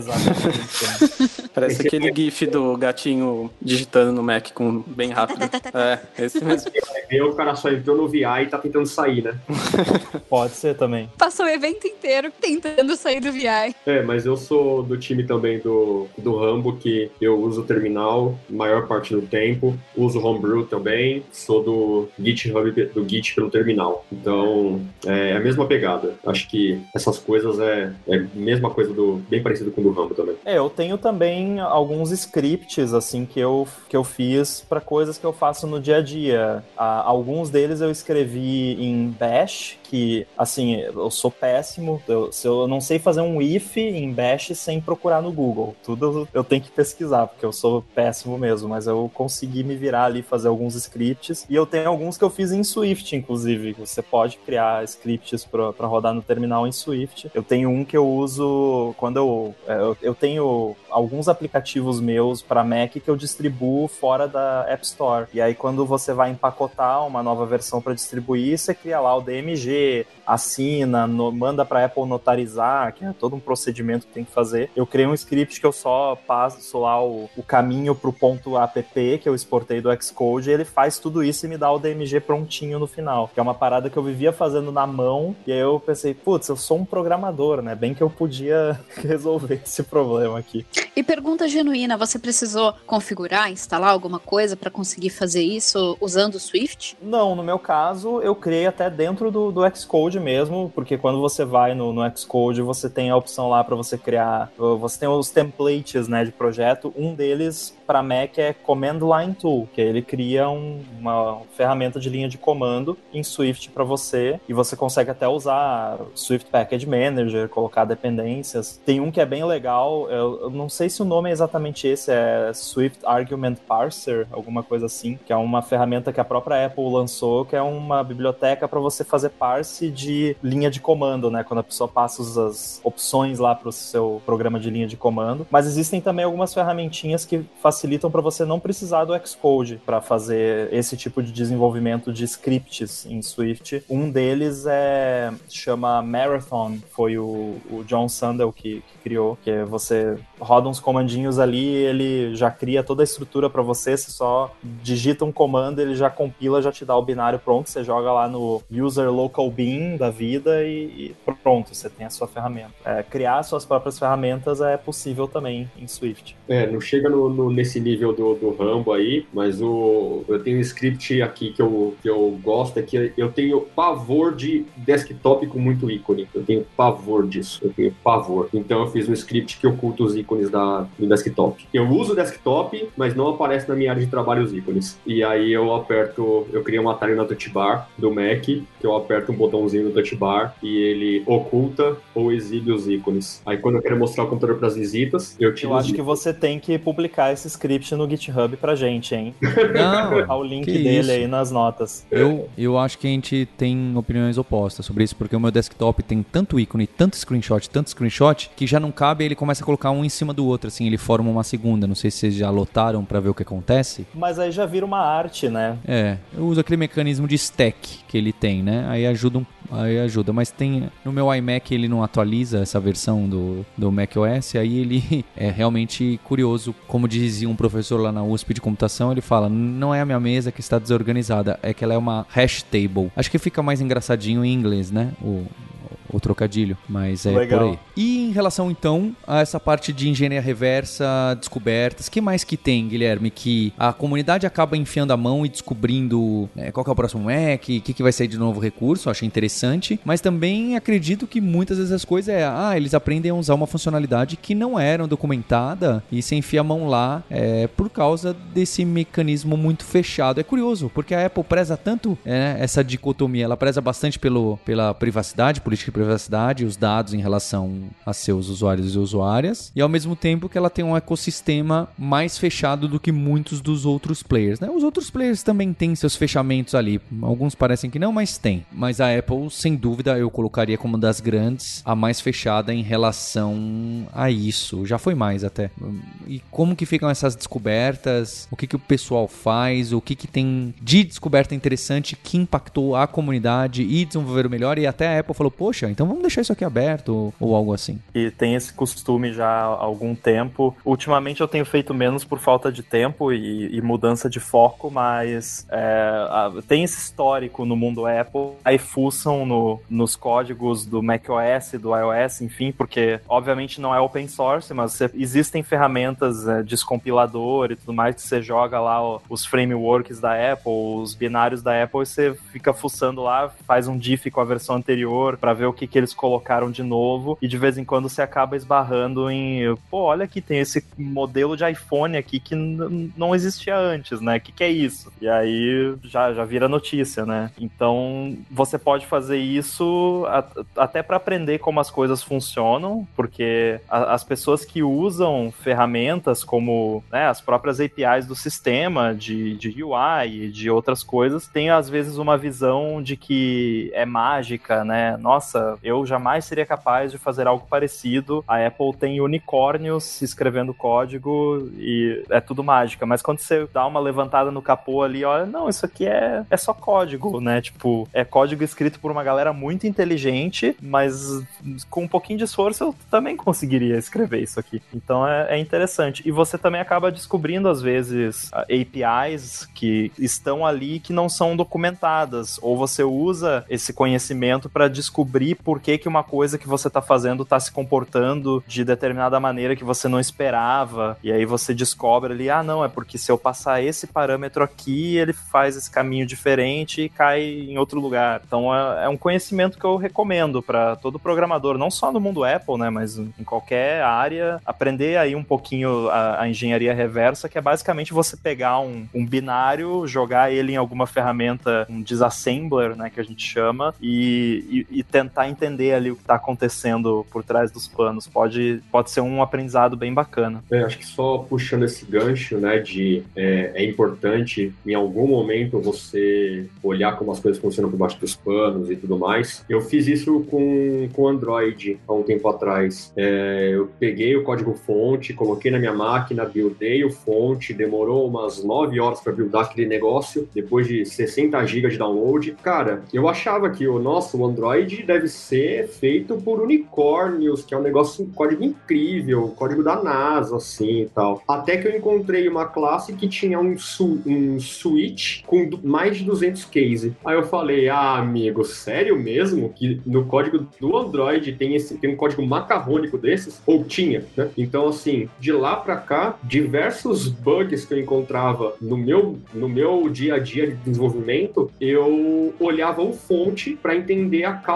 Exatamente. Parece Esse aquele é... gif do gatinho digitando no Mac com bem rápido. É, esse mesmo. E o cara só entrou no V I e tá tentando sair, né? Pode ser também. Passou o evento inteiro tentando sair do V I. É, mas eu sou do time também do, do Rambo, que eu uso o terminal maior parte do tempo, uso o Homebrew também, sou do GitHub, do Git pelo terminal. Então, é a mesma pegada. Acho que essas coisas é, é a mesma coisa, do bem parecido com o do Rambo também. É, eu tenho também alguns scripts, assim, que eu, que eu fiz para coisas que eu faço no dia a dia. Ah, alguns deles eu escrevi em Bash, que, assim, eu sou péssimo. Eu, se eu não sei fazer um if em Bash sem procurar no Google. Tudo eu tenho que pesquisar, porque eu sou péssimo mesmo. Mas eu consegui me virar ali, fazer alguns scripts. E eu tenho alguns que eu fiz em Swift, inclusive. Você pode criar scripts para rodar no terminal em Swift. Eu tenho um que eu uso quando eu... Eu, eu tenho alguns aplicativos meus para Mac que eu distribuo fora da App Store. E aí, quando você vai empacotar uma nova versão para distribuir, você cria lá o D M G, assina, no, manda para a Apple notarizar, que é todo um procedimento que tem que fazer. Eu criei um script que eu só passo lá o, o caminho pro ponto app que eu exportei do Xcode, e ele faz tudo isso e me dá o D M G prontinho no final, que é uma parada que eu vivia fazendo na mão, e aí eu pensei, putz, eu sou um programador, né? Bem que eu podia resolver esse problema aqui. E pergunta genuína, você precisou configurar, instalar alguma coisa para conseguir fazer isso usando o Swift? Não, no meu caso, eu criei até dentro do, do Xcode mesmo, porque quando você vai no, no Xcode, você tem a opção lá para você criar, você tem os templates, né, de projeto. Um deles para Mac é Command Line Tool, que ele cria um, uma ferramenta de linha de comando em Swift para você, e você consegue até usar Swift Package Manager, colocar dependências. Tem um que é bem legal, eu, eu não sei se o nome é exatamente esse, é Swift Argument Parser, alguma coisa assim, que é uma ferramenta que a própria Apple lançou, que é uma biblioteca para você fazer parse de linha de comando, né, quando a pessoa passa as opções lá para o seu programa de linha de comando. Mas existem também algumas ferramentinhas que facilitam para você não precisar do Xcode para fazer esse tipo de desenvolvimento de scripts em Swift. Um deles é chama Marathon, foi o, o John Sandel que, que criou, que é você roda uns comandinhos ali, ele já cria toda a estrutura para você, você só digita um comando, ele já compila, já te dá o binário pronto, você joga lá no user local bin da vida e, e pronto, você tem a sua ferramenta. É, criar suas próprias ferramentas é possível também em Swift. É, não chega no, no, nesse nível do, do Rambo aí, mas o, eu tenho um script aqui que eu, que eu gosto, é que eu tenho pavor de desktop com muito ícone. Eu tenho pavor disso, eu tenho pavor. Então eu fiz um script que oculta os ícones da, da, do desktop. Eu uso o desktop, mas não aparece na minha área de trabalho os ícones. E aí eu aperto, eu criei um atalho na touch bar do Mac, que eu aperto um botãozinho no touch bar e ele oculta ou exibe os ícones. Aí quando eu quero mostrar o computador para as visitas, eu tiro Eu os acho que ícones. você tem que publicar esse script no GitHub pra gente, hein? Não, Colocar o link que dele isso. aí nas notas. Eu, eu acho que a gente tem opiniões opostas sobre isso, porque o meu desktop tem tanto ícone, tanto screenshot, tanto screenshot, que já não cabe e ele começa a colocar um em cima do outro, assim, ele forma uma segunda. Não sei se vocês já lotaram pra ver o que acontece. Mas aí já vira uma arte, né? É, eu uso aquele mecanismo de stack que ele tem, né? Aí ajuda, um, aí ajuda. Mas tem, no meu iMac ele não atualiza essa versão do, do macOS, aí ele é realmente curioso. Como dizia um professor lá na U S P de computação, ele fala, não é a minha mesa que está desorganizada, é que ela é uma hash table. Acho que fica mais engraçadinho em inglês, né? O, o trocadilho, mas é Legal. por aí. E em relação, então, a essa parte de engenharia reversa, descobertas, que mais que tem, Guilherme? Que a comunidade acaba enfiando a mão e descobrindo, né, qual que é o próximo Mac, o que, que vai sair de novo recurso, achei interessante, mas também acredito que muitas vezes as coisas é, ah, eles aprendem a usar uma funcionalidade que não era documentada e se enfia a mão lá é, por causa desse mecanismo muito fechado. É curioso, porque a Apple preza tanto é, essa dicotomia, ela preza bastante pelo, pela privacidade, política de privacidade, os dados em relação a seus usuários e usuárias, e ao mesmo tempo que ela tem um ecossistema mais fechado do que muitos dos outros players, né? Os outros players também têm seus fechamentos ali, alguns parecem que não, mas tem. Mas a Apple, sem dúvida, eu colocaria como uma das grandes, a mais fechada em relação a isso. Já foi mais até. E como que ficam essas descobertas? O que que o pessoal faz? O que que tem de descoberta interessante que impactou a comunidade e desenvolveram melhor? E até a Apple falou, poxa, então vamos deixar isso aqui aberto ou, ou algo assim. E tem esse costume já há algum tempo. Ultimamente eu tenho feito menos por falta de tempo e, e mudança de foco, mas é, a, tem esse histórico no mundo Apple. Aí fuçam no, nos códigos do macOS, do iOS, enfim, porque obviamente não é open source, mas você, existem ferramentas é, descompilador e tudo mais que você joga lá ó, os frameworks da Apple, os binários da Apple e você fica fuçando lá, faz um diff com a versão anterior para ver o que, que eles colocaram de novo e de vez em quando você acaba esbarrando em, pô, olha aqui, tem esse modelo de iPhone aqui que n- não existia antes, né? O que, que é isso? E aí já, já vira notícia, né? Então você pode fazer isso a, até para aprender como as coisas funcionam, porque a, as pessoas que usam ferramentas como né, as próprias A P Is do sistema, de, de U I e de outras coisas, têm às vezes uma visão de que é mágica, né? Nossa, eu jamais seria capaz de fazer algo parecido. A Apple tem unicórnios escrevendo código e é tudo mágica. Mas quando você dá uma levantada no capô ali, olha, não, isso aqui é, é só código, né? Tipo, é código escrito por uma galera muito inteligente, mas com um pouquinho de esforço eu também conseguiria escrever isso aqui. Então é, é interessante. E você também acaba descobrindo, às vezes, A P Is que estão ali que não são documentadas. Ou você usa esse conhecimento para descobrir por que, que uma coisa que você está fazendo está se comportando de determinada maneira que você não esperava, e aí você descobre ali, ah não, é porque se eu passar esse parâmetro aqui, ele faz esse caminho diferente e cai em outro lugar. Então é, é um conhecimento que eu recomendo para todo programador, não só no mundo Apple, né, mas em qualquer área, aprender aí um pouquinho a, a engenharia reversa, que é basicamente você pegar um, um binário, jogar ele em alguma ferramenta, um disassembler, né, que a gente chama, e, e, e tentar entender ali o que está acontecendo por trás dos panos. Pode, pode ser um aprendizado bem bacana. É, acho que só puxando esse gancho, né, de é, é importante em algum momento você olhar como as coisas funcionam por baixo dos panos e tudo mais. Eu fiz isso com o Android há um tempo atrás. É, eu peguei o código-fonte, coloquei na minha máquina, buildei o fonte, demorou umas nove horas para buildar aquele negócio, depois de sessenta gigas de download. Cara, eu achava que o nosso Android deve ser feito por unicórnios, que é um negócio, um código incrível, código da NASA, assim, e tal. Até que eu encontrei uma classe que tinha um, su- um switch com mais de duzentos case. Aí eu falei, ah, amigo, sério mesmo? Que no código do Android tem, esse, tem um código macarrônico desses? Ou tinha, né? Então, assim, de lá pra cá, diversos bugs que eu encontrava no meu, no meu dia a dia de desenvolvimento, eu olhava o fonte pra entender a causa daquilo.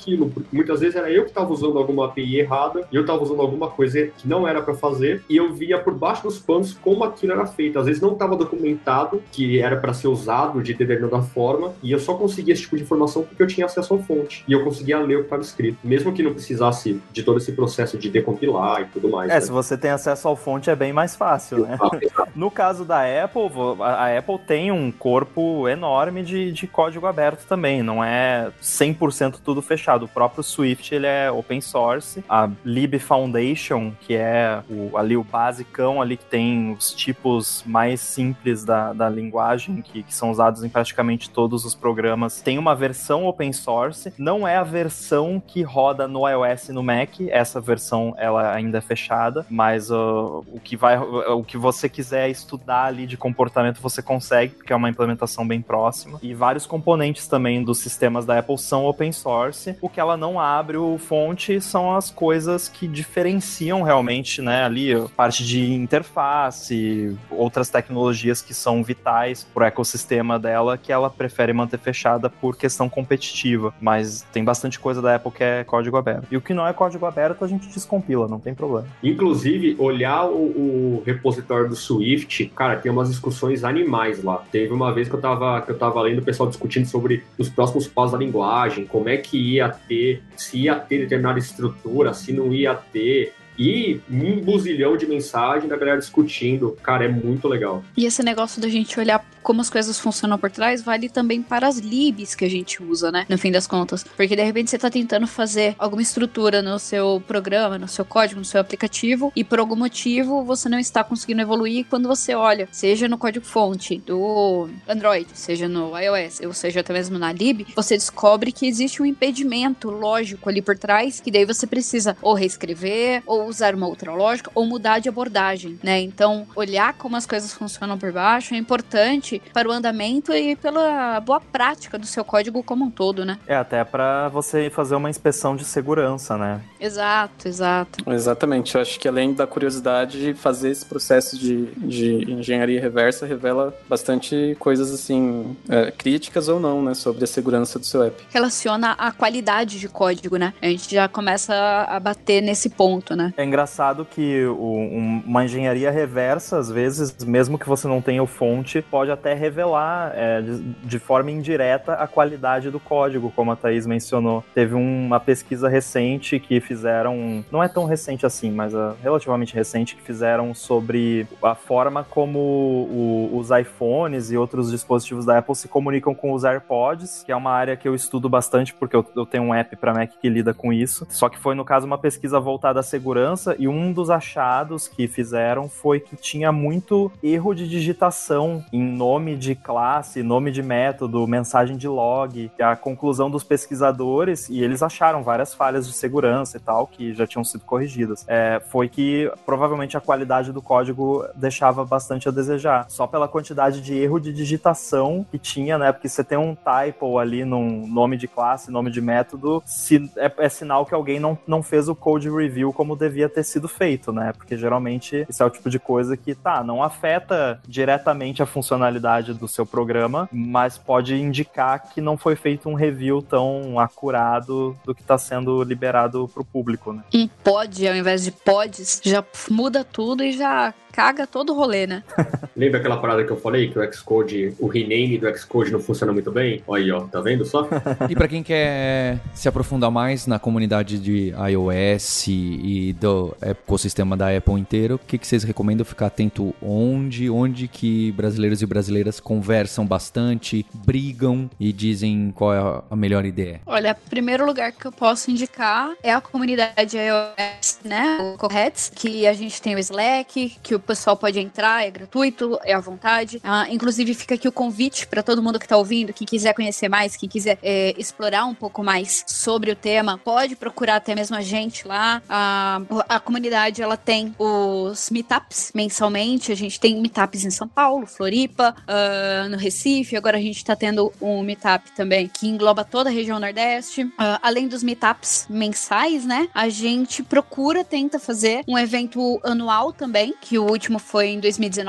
aquilo, porque muitas vezes era eu que estava usando alguma A P I errada, e eu estava usando alguma coisa que não era para fazer, e eu via por baixo dos panos como aquilo era feito. Às vezes não estava documentado que era para ser usado de determinada forma, e eu só conseguia esse tipo de informação porque eu tinha acesso à fonte, e eu conseguia ler o que estava escrito, mesmo que não precisasse de todo esse processo de decompilar e tudo mais. É, né? Se você tem acesso à fonte é bem mais fácil, né? Ah, exato. No caso da Apple, a Apple tem um corpo enorme de, de código aberto também, não é cem por cento tudo fechado. O próprio Swift, ele é open source, a Lib Foundation, que é o, ali o basicão ali que tem os tipos mais simples da, da linguagem, que, que são usados em praticamente todos os programas, tem uma versão open source, não é a versão que roda no iOS e no Mac, essa versão ela ainda é fechada, mas uh, o, que vai, o que você quiser estudar ali de comportamento você consegue, porque é uma implementação bem próxima, e vários componentes também dos sistemas da Apple são open source. O que ela não abre o fonte são as coisas que diferenciam realmente, né, ali, a parte de interface, outras tecnologias que são vitais pro ecossistema dela, que ela prefere manter fechada por questão competitiva, mas tem bastante coisa da Apple que é código aberto. E o que não é código aberto a gente descompila, não tem problema. Inclusive, olhar o, o repositório do Swift, cara, tem umas discussões animais lá. Teve uma vez que eu tava, que eu tava lendo o pessoal discutindo sobre os próximos passos da linguagem, como é que ia ter, se ia ter determinada estrutura, se não ia ter, e um buzilhão de mensagem da galera discutindo. Cara, é muito legal. E esse negócio da gente olhar como as coisas funcionam por trás vale também para as libs que a gente usa, né? No fim das contas. Porque de repente você tá tentando fazer alguma estrutura no seu programa, no seu código, no seu aplicativo, e por algum motivo você não está conseguindo evoluir. Quando você olha, seja no código-fonte do Android, seja no iOS, ou seja até mesmo na lib, você descobre que existe um impedimento lógico ali por trás, que daí você precisa ou reescrever, ou usar uma outra lógica, ou mudar de abordagem, né? Então, olhar como as coisas funcionam por baixo é importante para o andamento e pela boa prática do seu código como um todo, né? É, até para você fazer uma inspeção de segurança, né? Exato, exato. Exatamente, eu acho que além da curiosidade de fazer esse processo de, de engenharia reversa, revela bastante coisas, assim, é, críticas ou não, né, sobre a segurança do seu app. Relaciona a qualidade de código, né? A gente já começa a bater nesse ponto, né? É engraçado que o, um, uma engenharia reversa, às vezes, mesmo que você não tenha o fonte, pode até revelar é, de, de forma indireta a qualidade do código, como a Thaís mencionou. Teve uma pesquisa recente que fizeram, não é tão recente assim, mas uh, relativamente recente, que fizeram sobre a forma como o, os iPhones e outros dispositivos da Apple se comunicam com os AirPods, que é uma área que eu estudo bastante, porque eu, eu tenho um app para Mac que lida com isso. Só que foi, no caso, uma pesquisa voltada à segurança, e um dos achados que fizeram foi que tinha muito erro de digitação em nome de classe, nome de método, mensagem de log. A conclusão dos pesquisadores, e eles acharam várias falhas de segurança e tal, que já tinham sido corrigidas, é, foi que provavelmente a qualidade do código deixava bastante a desejar, só pela quantidade de erro de digitação que tinha, né? Porque você tem um typo ali num nome de classe, nome de método, se, é, é sinal que alguém não, não fez o code review como devia ter sido feito, né? Porque geralmente isso é o tipo de coisa que, tá, não afeta diretamente a funcionalidade do seu programa, mas pode indicar que não foi feito um review tão acurado do que está sendo liberado pro público, né? Um pod ao invés de pods já muda tudo e já caga todo o rolê, né? Lembra aquela parada que eu falei, que o Xcode, o rename do Xcode não funciona muito bem? Olha aí, ó, tá vendo só? E para quem quer se aprofundar mais na comunidade de iOS e do ecossistema da Apple inteiro, o que, que vocês recomendam ficar atento onde? Onde que brasileiros e brasileiras conversam bastante, brigam e dizem qual é a melhor ideia? Olha, o primeiro lugar que eu posso indicar é a comunidade iOS, né? O Correts, que a gente tem o Slack, que o pessoal pode entrar, é gratuito, é à vontade. Ah, inclusive, fica aqui o convite para todo mundo que está ouvindo, quem quiser conhecer mais, quem quiser é, explorar um pouco mais sobre o tema, pode procurar até mesmo a gente lá. Ah, a comunidade, ela tem os meetups mensalmente. A gente tem meetups em São Paulo, Floripa, uh, no Recife. Agora a gente está tendo um meetup também que engloba toda a região Nordeste. Uh, além dos meetups mensais, né? A gente procura, tenta fazer um evento anual também, que o último foi em dois mil e dezenove, certo?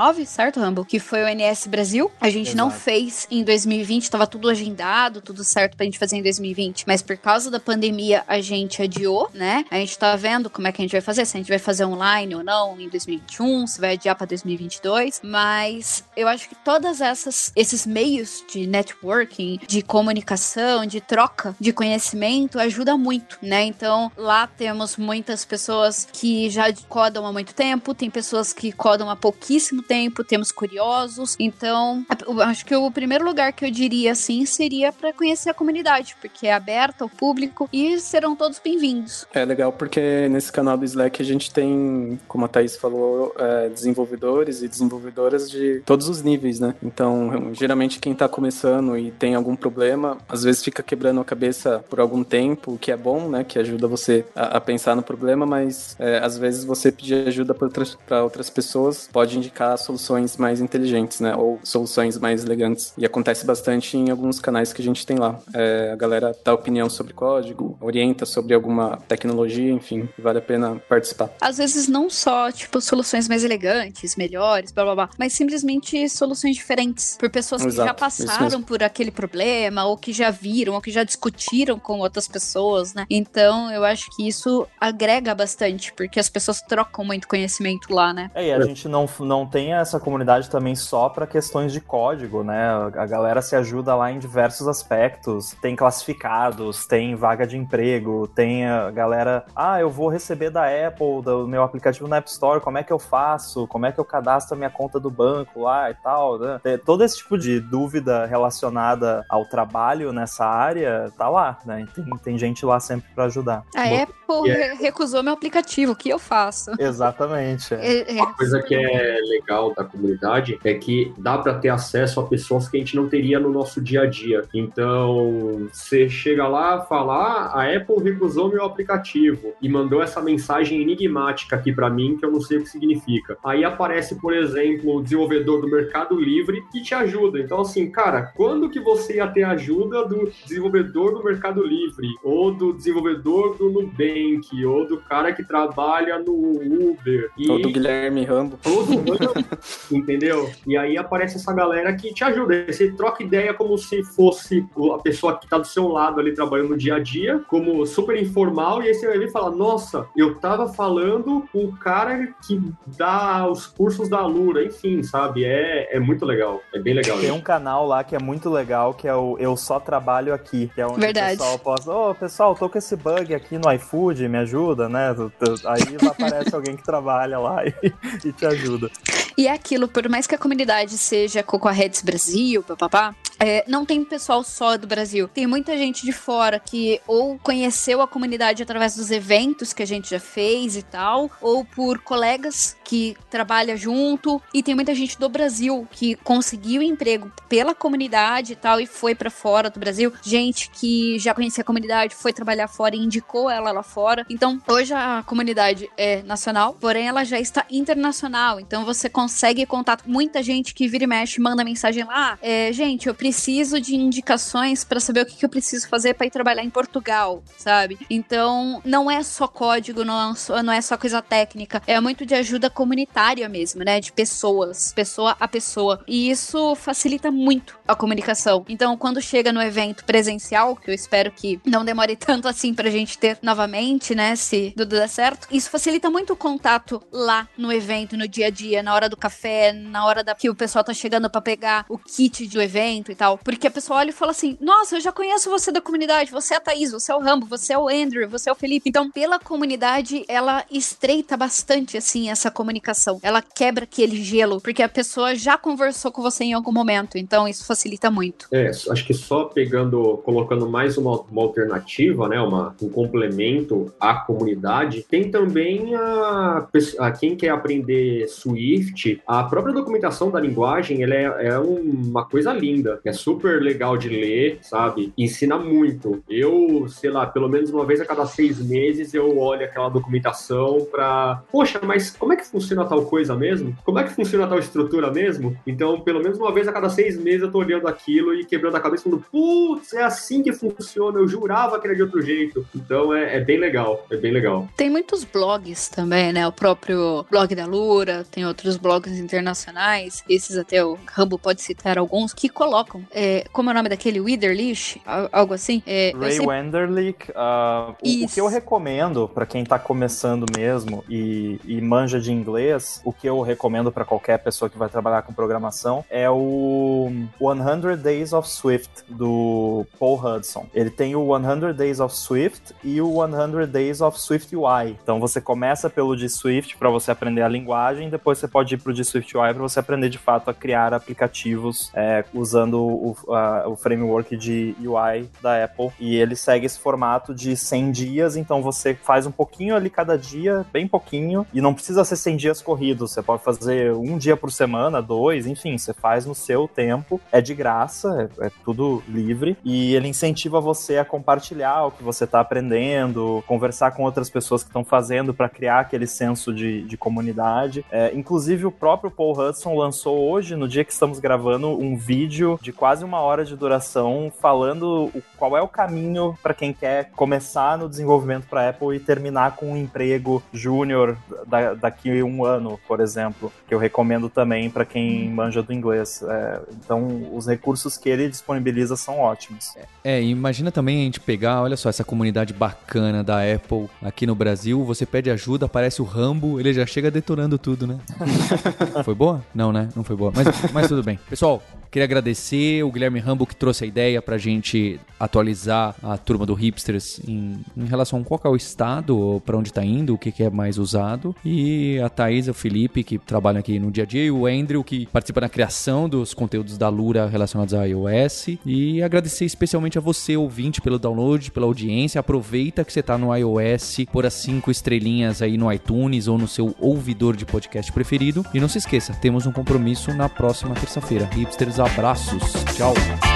certo, Rambo? Que foi o N S Brasil. A gente Exato. não fez em dois mil e vinte, tava tudo agendado, tudo certo pra gente fazer em dois mil e vinte, mas por causa da pandemia a gente adiou, né? A gente tá vendo como é que a gente vai fazer, se a gente vai fazer online ou não em dois mil e vinte e um, se vai adiar pra dois mil e vinte e dois, mas eu acho que todas essas esses meios de networking, de comunicação, de troca de conhecimento ajuda muito, né? Então, lá temos muitas pessoas que já codam há muito tempo, tem pessoas que codam há pouquíssimo tempo, temos curiosos. Então, eu acho que o primeiro lugar que eu diria assim seria para conhecer a comunidade, porque é aberta ao público e serão todos bem-vindos. É legal porque nesse canal do Slack a gente tem, como a Thaís falou, é, desenvolvedores e desenvolvedoras de todos os níveis, né? Então, geralmente quem tá começando e tem algum problema, às vezes fica quebrando a cabeça por algum tempo, o que é bom, né? Que ajuda você a, a pensar no problema, mas é, às vezes você pedir ajuda para outras, para outras pessoas pode indicar soluções mais inteligentes, né? Ou soluções mais elegantes. E acontece bastante em alguns canais que a gente tem lá. É, a galera dá opinião sobre código, orienta sobre alguma tecnologia, enfim, vale a pena participar. Às vezes não só, tipo, soluções mais elegantes, melhores, blá blá blá, mas simplesmente soluções diferentes, por pessoas Exato, que já passaram por aquele problema, ou que já viram, ou que já discutiram com outras pessoas, né? Então, eu acho que isso agrega bastante, porque as pessoas trocam muito conhecimento lá, né? É, e a gente não, não tem essa comunidade também só para questões de código, né? A galera se ajuda lá em diversos aspectos. Tem classificados, tem vaga de emprego, tem a galera... Ah, eu vou receber da Apple, do meu aplicativo na App Store, como é que eu faço? Como é que eu cadastro a minha conta do banco lá e tal, né? Todo esse tipo de dúvida relacionada ao trabalho nessa área tá lá, né? Tem, tem gente lá sempre para ajudar. A Bom, Apple é... recusou meu aplicativo, o que eu faço? Exatamente. É, é. Uma coisa que é legal da comunidade é que dá para ter acesso a pessoas que a gente não teria no nosso dia a dia. Então, você chega lá, fala, ah, a Apple recusou meu aplicativo e mandou essa mensagem enigmática aqui para mim que eu não sei o que significa. Aí aparece, por exemplo, o desenvolvedor do Mercado Livre e te ajuda. Então, assim, cara, quando que você ia ter ajuda do desenvolvedor do Mercado Livre ou do desenvolvedor do Nubank ou do cara que trabalha no Uber? E... Ou do Guilherme Rambo. Todo mundo, entendeu? E aí aparece essa galera que te ajuda. Você troca ideia como se fosse a pessoa que tá do seu lado ali trabalhando no dia a dia, como super informal, e aí você vai ver e fala, nossa, eu tava falando com o cara que dá os cursos da Alura, enfim, sabe? É, é muito legal, é bem legal. Tem isso. um canal lá que é muito legal, que é o Eu Só Trabalho Aqui, que é onde Verdade. o pessoal posta, ô, pessoal, tô com esse bug aqui no iFood, me ajuda, né? Aí aparece alguém que trabalha lá e, e te ajuda. E é aquilo, por mais que a comunidade seja Cocoaheads Brasil, papapá, é, não tem pessoal só do Brasil. Tem muita gente de fora que ou conheceu a comunidade através dos eventos que a gente já fez e tal, ou por colegas que trabalham junto, e tem muita gente do Brasil que conseguiu emprego pela comunidade e tal, e foi pra fora do Brasil. Gente que já conhecia a comunidade, foi trabalhar fora e indicou ela lá fora. Então, hoje a comunidade é nacional, porém ela já está internacional. Então, você consegue contato. Muita gente que vira e mexe, manda mensagem lá. É, gente, eu preciso de indicações pra saber o que, que eu preciso fazer pra ir trabalhar em Portugal, sabe? Então, não é só código, não é só, não é só coisa técnica. É muito de ajuda comunitária mesmo, né? De pessoas, pessoa a pessoa. E isso facilita muito a comunicação. Então, quando chega no evento presencial, que eu espero que não demore tanto assim pra gente ter novamente, né? Se tudo der certo. Isso facilita muito o contato lá no evento, no dia a dia, na hora do café, na hora da... que o pessoal tá chegando pra pegar o kit do evento e tal. Porque a pessoa olha e fala assim, nossa, eu já conheço você da comunidade, você é a Thaís, você é o Rambo, você é o Andrew, você é o Felipe. Então, pela comunidade, ela estreita bastante, assim, essa comunicação. Ela quebra aquele gelo, porque a pessoa já conversou com você em algum momento. Então, isso facilita muito. É, acho que só pegando, colocando mais uma, uma alternativa, né, uma, um complemento à comunidade, tem também a, a quem quer aprender Swift, a própria documentação da linguagem, ela é, é uma coisa linda, é super legal de ler, sabe? Ensina muito. Eu, sei lá, pelo menos uma vez a cada seis meses eu olho aquela documentação pra... Poxa, mas como é que funciona tal coisa mesmo? Como é que funciona tal estrutura mesmo? Então, pelo menos uma vez a cada seis meses eu tô olhando aquilo e quebrando a cabeça, falando, putz, é assim que funciona, eu jurava que era de outro jeito. Então é, é bem legal, é bem legal. Tem muitos blogs também, né? O próprio blog da Lura, tem outros blogs internacionais, esses até o Rambo pode citar alguns, que colocam, é, como é o nome daquele, Widerlich, algo assim? É, Ray sei... Wenderlich, uh, o, o que eu recomendo pra quem tá começando mesmo e, e manja de inglês, o que eu recomendo pra qualquer pessoa que vai trabalhar com programação é o one hundred Days of Swift, do Paul Hudson. Ele tem o one hundred Days of Swift e o one hundred Days of Swift U I. Então você começa pelo de Swift para você aprender a linguagem, depois você pode ir pro de Swift U I para você aprender de fato a criar aplicativos é, usando o, a, o framework de U I da Apple. E ele segue esse formato de cem dias, então você faz um pouquinho ali cada dia, bem pouquinho, e não precisa ser cem dias corridos, você pode fazer um dia por semana, dois, enfim, você faz no seu tempo, é de graça, é, é tudo livre, e ele incentiva você a compartilhar o que você está aprendendo, conversar com outras pessoas que estão fazendo para criar aquele senso de, de comunidade. É, inclusive o próprio Paul Hudson lançou hoje, no dia que estamos gravando, um vídeo de quase uma hora de duração falando o, qual é o caminho para quem quer começar no desenvolvimento para Apple e terminar com um emprego júnior da, daqui a um ano, por exemplo, que eu recomendo também para quem manja do inglês. É, então, os recursos que ele disponibiliza são ótimos. É, imagina também a gente pegar, olha só, essa comunidade bacana da Apple aqui no Brasil, você pede ajuda, aparece o Rambo, ele já chega detonando tudo, né? Foi boa? Não, né? Não foi boa, mas, mas tudo bem. Pessoal, queria agradecer o Guilherme Rambo que trouxe a ideia pra gente atualizar a turma do Hipsters em, em relação a qual que é o estado, pra onde tá indo, o que, que é mais usado. E a Thaís e o Felipe, que trabalham aqui no dia a dia, e o Andrew, que participa na criação dos conteúdos da Lura relacionados a iOS. E agradecer especialmente a você, ouvinte, pelo download, pela audiência. Aproveita que você tá no iOS, pôr as cinco estrelinhas aí no iTunes ou no seu ouvidor de podcast preferido. E não se esqueça, temos um compromisso na próxima terça-feira. Hipsters, abraços. Tchau.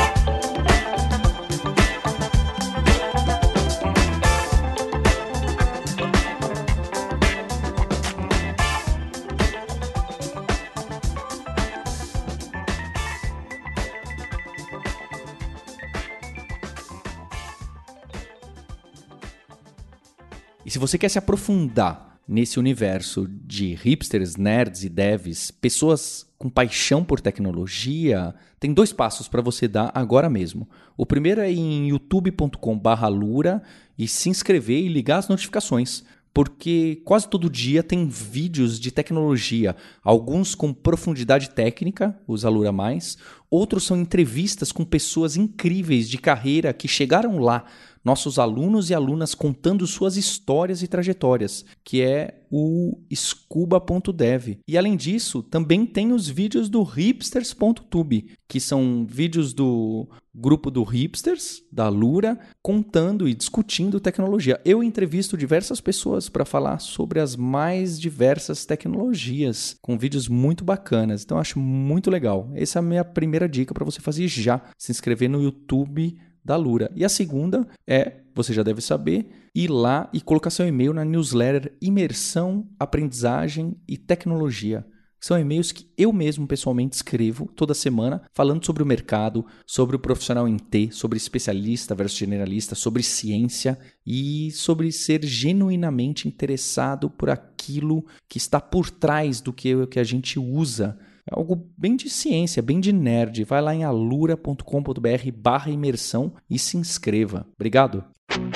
E se você quer se aprofundar nesse universo de hipsters, nerds e devs, pessoas com paixão por tecnologia, tem dois passos para você dar agora mesmo. O primeiro é ir em youtube ponto com barra lura e se inscrever e ligar as notificações, porque quase todo dia tem vídeos de tecnologia, alguns com profundidade técnica, os Alura Mais, outros são entrevistas com pessoas incríveis de carreira que chegaram lá, nossos alunos e alunas contando suas histórias e trajetórias, que é o scuba ponto dev. E além disso, também tem os vídeos do hipsters ponto tube, que são vídeos do grupo do Hipsters, da Lura, contando e discutindo tecnologia. Eu entrevisto diversas pessoas para falar sobre as mais diversas tecnologias, com vídeos muito bacanas. Então, eu acho muito legal. Essa é a minha primeira dica para você fazer já. Se inscrever no YouTube da Lura. E a segunda é, você já deve saber, ir lá e colocar seu e-mail na newsletter Imersão, Aprendizagem e Tecnologia. São e-mails que eu mesmo pessoalmente escrevo toda semana, falando sobre o mercado, sobre o profissional em T, sobre especialista versus generalista, sobre ciência e sobre ser genuinamente interessado por aquilo que está por trás do que, que a gente usa. É algo bem de ciência, bem de nerd. Vai lá em alura ponto com ponto br barra imersão e se inscreva. Obrigado.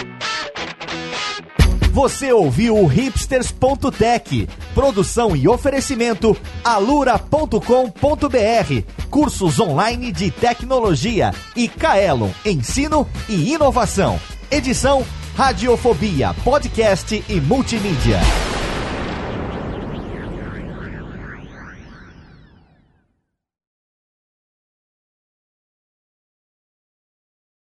Você ouviu o hipsters ponto tech, produção e oferecimento alura ponto com ponto br, cursos online de tecnologia e Kaelon, ensino e inovação. Edição Radiofobia, podcast e multimídia.